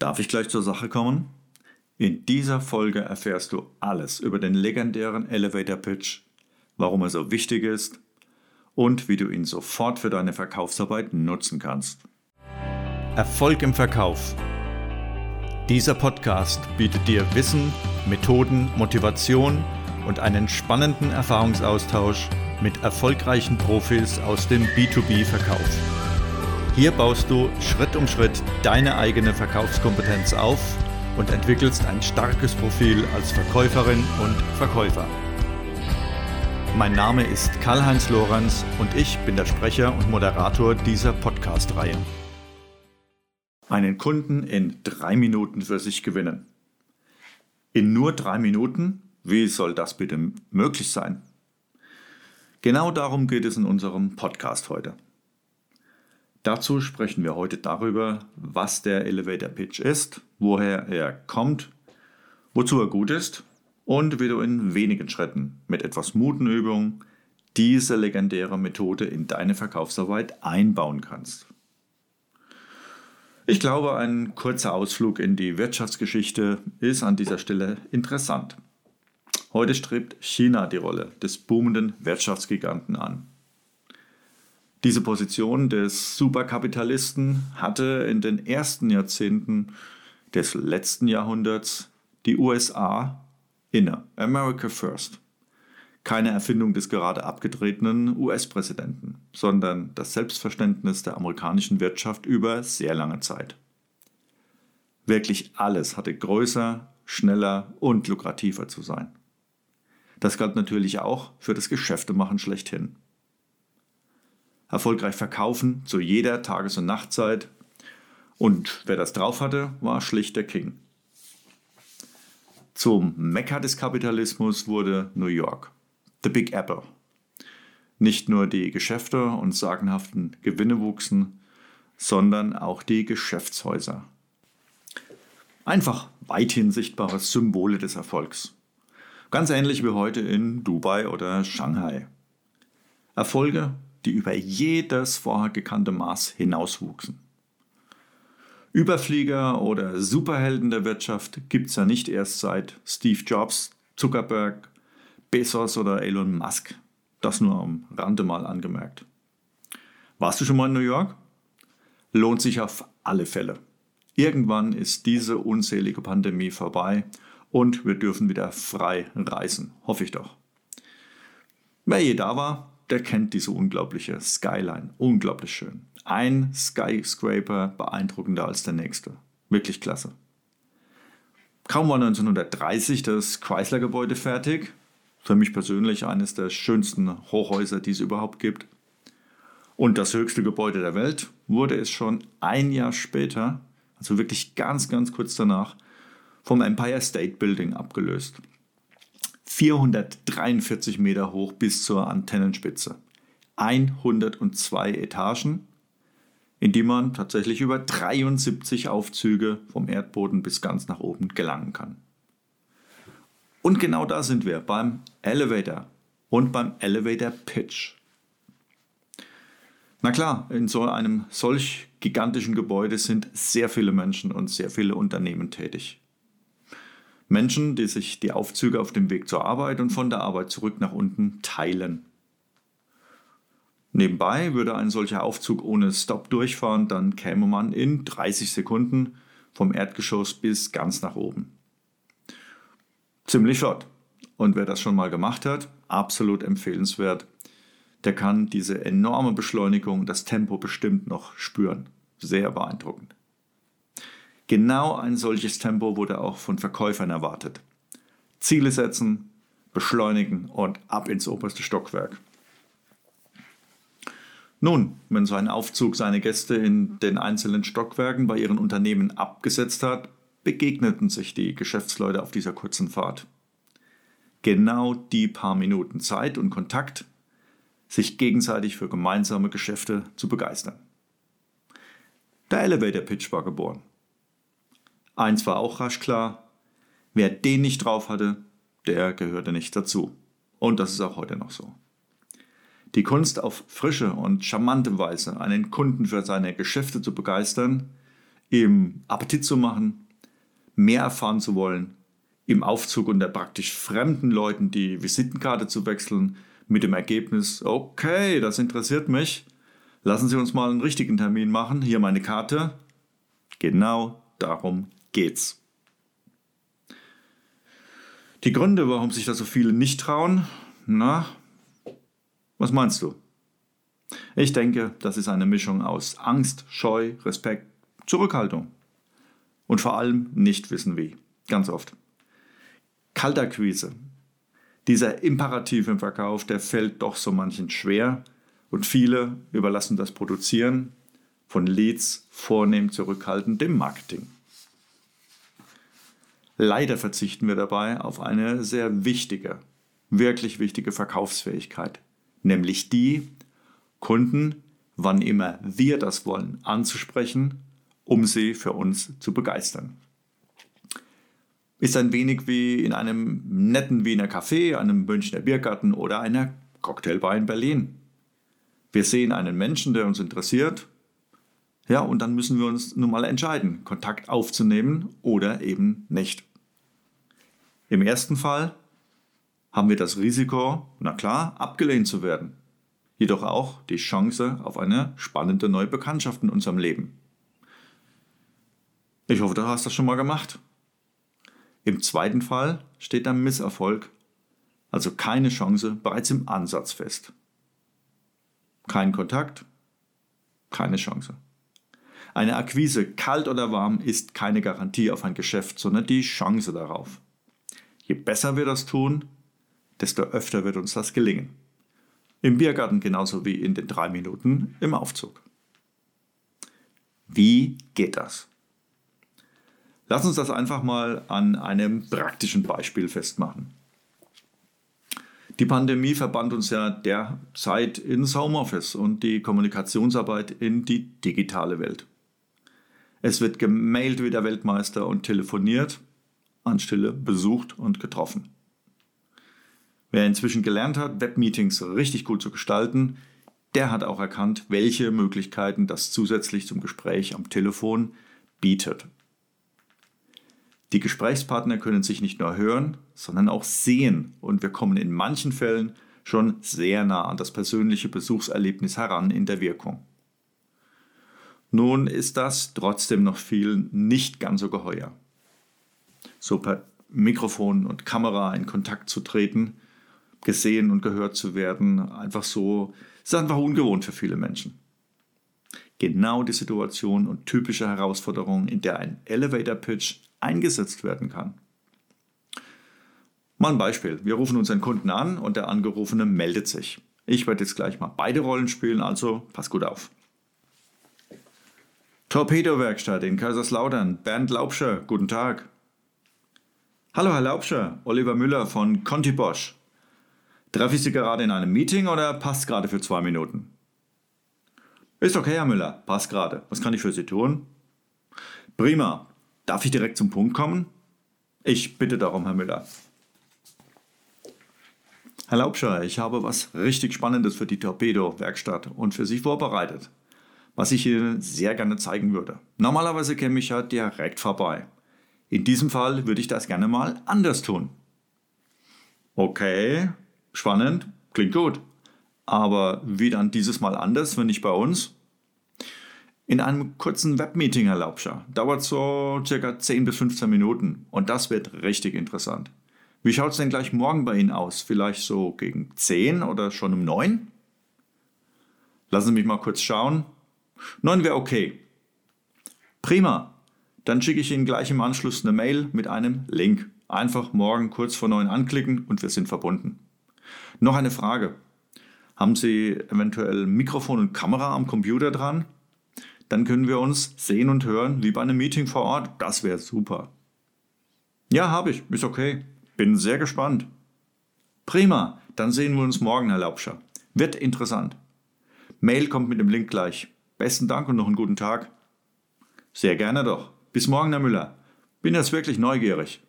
Darf ich gleich zur Sache kommen? In dieser Folge erfährst du alles über den legendären Elevator Pitch, warum er so wichtig ist und wie du ihn sofort für deine Verkaufsarbeit nutzen kannst. Erfolg im Verkauf. Dieser Podcast bietet dir Wissen, Methoden, Motivation und einen spannenden Erfahrungsaustausch mit erfolgreichen Profis aus dem B2B-Verkauf. Hier baust du Schritt um Schritt deine eigene Verkaufskompetenz auf und entwickelst ein starkes Profil als Verkäuferin und Verkäufer. Mein Name ist Karl-Heinz Lorenz und ich bin der Sprecher und Moderator dieser Podcast-Reihe. Einen Kunden in 3 Minuten für sich gewinnen. In nur 3 Minuten? Wie soll das bitte möglich sein? Genau darum geht es in unserem Podcast heute. Dazu sprechen wir heute darüber, was der Elevator Pitch ist, woher er kommt, wozu er gut ist und wie du in wenigen Schritten mit etwas Mutenübung diese legendäre Methode in deine Verkaufsarbeit einbauen kannst. Ich glaube, ein kurzer Ausflug in die Wirtschaftsgeschichte ist an dieser Stelle interessant. Heute strebt China die Rolle des boomenden Wirtschaftsgiganten an. Diese Position des Superkapitalisten hatte in den ersten Jahrzehnten des letzten Jahrhunderts die USA inne. America First. Keine Erfindung des gerade abgetretenen US-Präsidenten, sondern das Selbstverständnis der amerikanischen Wirtschaft über sehr lange Zeit. Wirklich alles hatte größer, schneller und lukrativer zu sein. Das galt natürlich auch für das Geschäftemachen schlechthin. Erfolgreich verkaufen zu jeder Tages- und Nachtzeit. Und wer das drauf hatte, war schlicht der King. Zum Mekka des Kapitalismus wurde New York, the Big Apple. Nicht nur die Geschäfte und sagenhaften Gewinne wuchsen, sondern auch die Geschäftshäuser. Einfach weithin sichtbare Symbole des Erfolgs. Ganz ähnlich wie heute in Dubai oder Shanghai. Erfolge, die über jedes vorher gekannte Maß hinauswuchsen. Überflieger oder Superhelden der Wirtschaft gibt es ja nicht erst seit Steve Jobs, Zuckerberg, Bezos oder Elon Musk. Das nur am Rande mal angemerkt. Warst du schon mal in New York? Lohnt sich auf alle Fälle. Irgendwann ist diese unselige Pandemie vorbei und wir dürfen wieder frei reisen. Hoffe ich doch. Wer je da war, der kennt diese unglaubliche Skyline. Unglaublich schön. Ein Skyscraper beeindruckender als der nächste. Wirklich klasse. Kaum war 1930 das Chrysler-Gebäude fertig. Für mich persönlich eines der schönsten Hochhäuser, die es überhaupt gibt. Und das höchste Gebäude der Welt wurde es schon ein Jahr später, also wirklich ganz, ganz kurz danach, vom Empire State Building abgelöst. 443 Meter hoch bis zur Antennenspitze. 102 Etagen, in die man tatsächlich über 73 Aufzüge vom Erdboden bis ganz nach oben gelangen kann. Und genau da sind wir beim Elevator und beim Elevator Pitch. Na klar, in so einem solch gigantischen Gebäude sind sehr viele Menschen und sehr viele Unternehmen tätig. Menschen, die sich die Aufzüge auf dem Weg zur Arbeit und von der Arbeit zurück nach unten teilen. Nebenbei würde ein solcher Aufzug ohne Stopp durchfahren, dann käme man in 30 Sekunden vom Erdgeschoss bis ganz nach oben. Ziemlich flott. Und wer das schon mal gemacht hat, absolut empfehlenswert. Der kann diese enorme Beschleunigung, das Tempo bestimmt noch spüren. Sehr beeindruckend. Genau ein solches Tempo wurde auch von Verkäufern erwartet. Ziele setzen, beschleunigen und ab ins oberste Stockwerk. Nun, wenn so ein Aufzug seine Gäste in den einzelnen Stockwerken bei ihren Unternehmen abgesetzt hat, begegneten sich die Geschäftsleute auf dieser kurzen Fahrt. Genau die paar Minuten Zeit und Kontakt, sich gegenseitig für gemeinsame Geschäfte zu begeistern. Der Elevator Pitch war geboren. Eins war auch rasch klar, wer den nicht drauf hatte, der gehörte nicht dazu. Und das ist auch heute noch so. Die Kunst, auf frische und charmante Weise einen Kunden für seine Geschäfte zu begeistern, ihm Appetit zu machen, mehr erfahren zu wollen, im Aufzug unter praktisch fremden Leuten die Visitenkarte zu wechseln, mit dem Ergebnis, okay, das interessiert mich, lassen Sie uns mal einen richtigen Termin machen, hier meine Karte. Genau darum geht's. Die Gründe, warum sich da so viele nicht trauen, na, was meinst du? Ich denke, das ist eine Mischung aus Angst, Scheu, Respekt, Zurückhaltung und vor allem nicht wissen wie. Ganz oft. Kaltakquise. Dieser Imperativ im Verkauf, der fällt doch so manchen schwer und viele überlassen das Produzieren von Leads vornehm zurückhaltend dem Marketing. Leider verzichten wir dabei auf eine sehr wichtige, wirklich wichtige Verkaufsfähigkeit, nämlich die, Kunden, wann immer wir das wollen, anzusprechen, um sie für uns zu begeistern. Ist ein wenig wie in einem netten Wiener Café, einem Münchner Biergarten oder einer Cocktailbar in Berlin. Wir sehen einen Menschen, der uns interessiert, ja, und dann müssen wir uns nun mal entscheiden, Kontakt aufzunehmen oder eben nicht. Im ersten Fall haben wir das Risiko, na klar, abgelehnt zu werden. Jedoch auch die Chance auf eine spannende neue Bekanntschaft in unserem Leben. Ich hoffe, du hast das schon mal gemacht. Im zweiten Fall steht der Misserfolg, also keine Chance, bereits im Ansatz fest. Kein Kontakt, keine Chance. Eine Akquise, kalt oder warm, ist keine Garantie auf ein Geschäft, sondern die Chance darauf. Je besser wir das tun, desto öfter wird uns das gelingen. Im Biergarten genauso wie in den 3 Minuten im Aufzug. Wie geht das? Lass uns das einfach mal an einem praktischen Beispiel festmachen. Die Pandemie verband uns ja derzeit ins Homeoffice und die Kommunikationsarbeit in die digitale Welt. Es wird gemailt wie der Weltmeister und telefoniert, anstelle besucht und getroffen. Wer inzwischen gelernt hat, Webmeetings richtig gut zu gestalten, der hat auch erkannt, welche Möglichkeiten das zusätzlich zum Gespräch am Telefon bietet. Die Gesprächspartner können sich nicht nur hören, sondern auch sehen und wir kommen in manchen Fällen schon sehr nah an das persönliche Besuchserlebnis heran in der Wirkung. Nun ist das trotzdem noch vielen nicht ganz so geheuer. So per Mikrofon und Kamera in Kontakt zu treten, gesehen und gehört zu werden, einfach so, ist einfach ungewohnt für viele Menschen. Genau die Situation und typische Herausforderung, in der ein Elevator Pitch eingesetzt werden kann. Mal ein Beispiel. Wir rufen unseren Kunden an und der Angerufene meldet sich. Ich werde jetzt gleich mal beide Rollen spielen, also pass gut auf. Torpedo-Werkstatt in Kaiserslautern, Bernd Laubscher, guten Tag. Hallo Herr Laubscher, Oliver Müller von Conti Bosch. Treffe ich Sie gerade in einem Meeting oder passt gerade für 2 Minuten? Ist okay, Herr Müller, passt gerade. Was kann ich für Sie tun? Prima. Darf ich direkt zum Punkt kommen? Ich bitte darum, Herr Müller. Herr Laubscher, ich habe was richtig Spannendes für die Torpedo-Werkstatt und für Sie vorbereitet, was ich Ihnen sehr gerne zeigen würde. Normalerweise käme ich ja direkt vorbei. In diesem Fall würde ich das gerne mal anders tun. Okay, spannend, klingt gut. Aber wie dann dieses Mal anders, wenn nicht bei uns? In einem kurzen Webmeeting, Herr Laubscher. Dauert so circa 10 bis 15 Minuten und das wird richtig interessant. Wie schaut es denn gleich morgen bei Ihnen aus? Vielleicht so gegen 10 oder schon um 9? Lassen Sie mich mal kurz schauen. 9 wäre okay. Prima. Dann schicke ich Ihnen gleich im Anschluss eine Mail mit einem Link. Einfach morgen kurz vor 9 anklicken und wir sind verbunden. Noch eine Frage. Haben Sie eventuell Mikrofon und Kamera am Computer dran? Dann können wir uns sehen und hören wie bei einem Meeting vor Ort. Das wäre super. Ja, habe ich. Ist okay. Bin sehr gespannt. Prima. Dann sehen wir uns morgen, Herr Laubscher. Wird interessant. Mail kommt mit dem Link gleich. Besten Dank und noch einen guten Tag. Sehr gerne doch. Bis morgen, Herr Müller. Bin jetzt wirklich neugierig.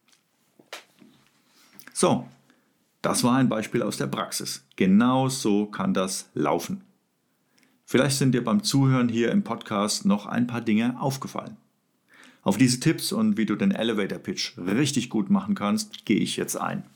So, das war ein Beispiel aus der Praxis. Genau so kann das laufen. Vielleicht sind dir beim Zuhören hier im Podcast noch ein paar Dinge aufgefallen. Auf diese Tipps und wie du den Elevator Pitch richtig gut machen kannst, gehe ich jetzt ein.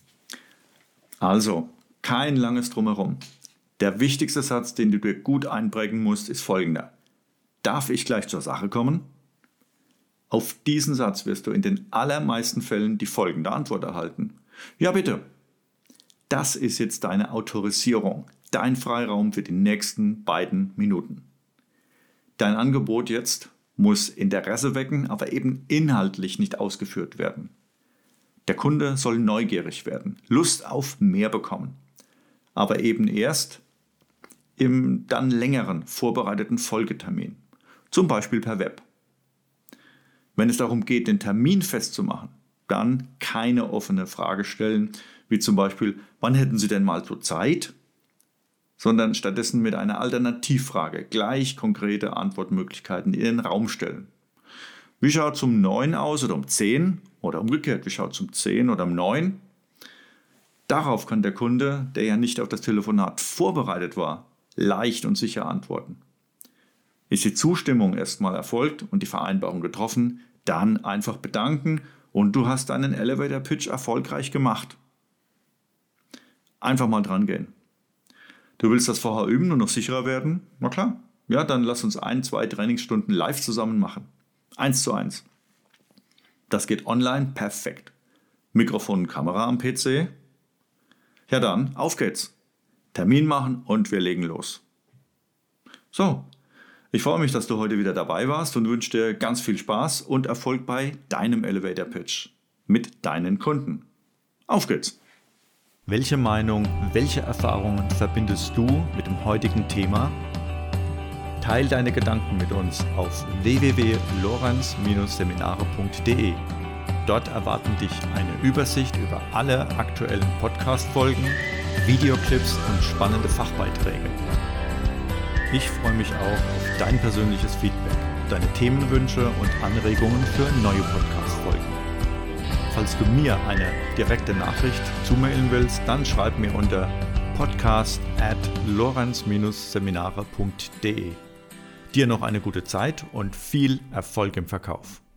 Also, kein langes Drumherum. Der wichtigste Satz, den du dir gut einprägen musst, ist folgender. Darf ich gleich zur Sache kommen? Auf diesen Satz wirst du in den allermeisten Fällen die folgende Antwort erhalten. Ja, bitte. Das ist jetzt deine Autorisierung, dein Freiraum für die nächsten 2 Minuten. Dein Angebot jetzt muss Interesse wecken, aber eben inhaltlich nicht ausgeführt werden. Der Kunde soll neugierig werden, Lust auf mehr bekommen, aber eben erst im dann längeren vorbereiteten Folgetermin, zum Beispiel per Web. Wenn es darum geht, den Termin festzumachen, dann keine offene Frage stellen, wie zum Beispiel, wann hätten Sie denn mal so Zeit? Sondern stattdessen mit einer Alternativfrage gleich konkrete Antwortmöglichkeiten in den Raum stellen. Wie schaut es um 9 aus oder um 10? Oder umgekehrt, wie schaut es um 10 oder um 9? Darauf kann der Kunde, der ja nicht auf das Telefonat vorbereitet war, leicht und sicher antworten. Ist die Zustimmung erstmal erfolgt und die Vereinbarung getroffen, dann einfach bedanken und du hast deinen Elevator Pitch erfolgreich gemacht. Einfach mal dran gehen. Du willst das vorher üben und noch sicherer werden? Na klar. Ja, dann lass uns 1-2 Trainingsstunden live zusammen machen. 1:1. Das geht online perfekt. Mikrofon und Kamera am PC. Ja dann, auf geht's. Termin machen und wir legen los. So, ich freue mich, dass du heute wieder dabei warst und wünsche dir ganz viel Spaß und Erfolg bei deinem Elevator Pitch mit deinen Kunden. Auf geht's! Welche Meinung, welche Erfahrungen verbindest du mit dem heutigen Thema? Teil deine Gedanken mit uns auf www.lorenz-seminare.de. Dort erwarten dich eine Übersicht über alle aktuellen Podcast-Folgen, Videoclips und spannende Fachbeiträge. Ich freue mich auch auf dein persönliches Feedback, deine Themenwünsche und Anregungen für neue Podcast-Folgen. Falls du mir eine direkte Nachricht zumailen willst, dann schreib mir unter podcast@lorenz-seminare.de. Dir noch eine gute Zeit und viel Erfolg im Verkauf.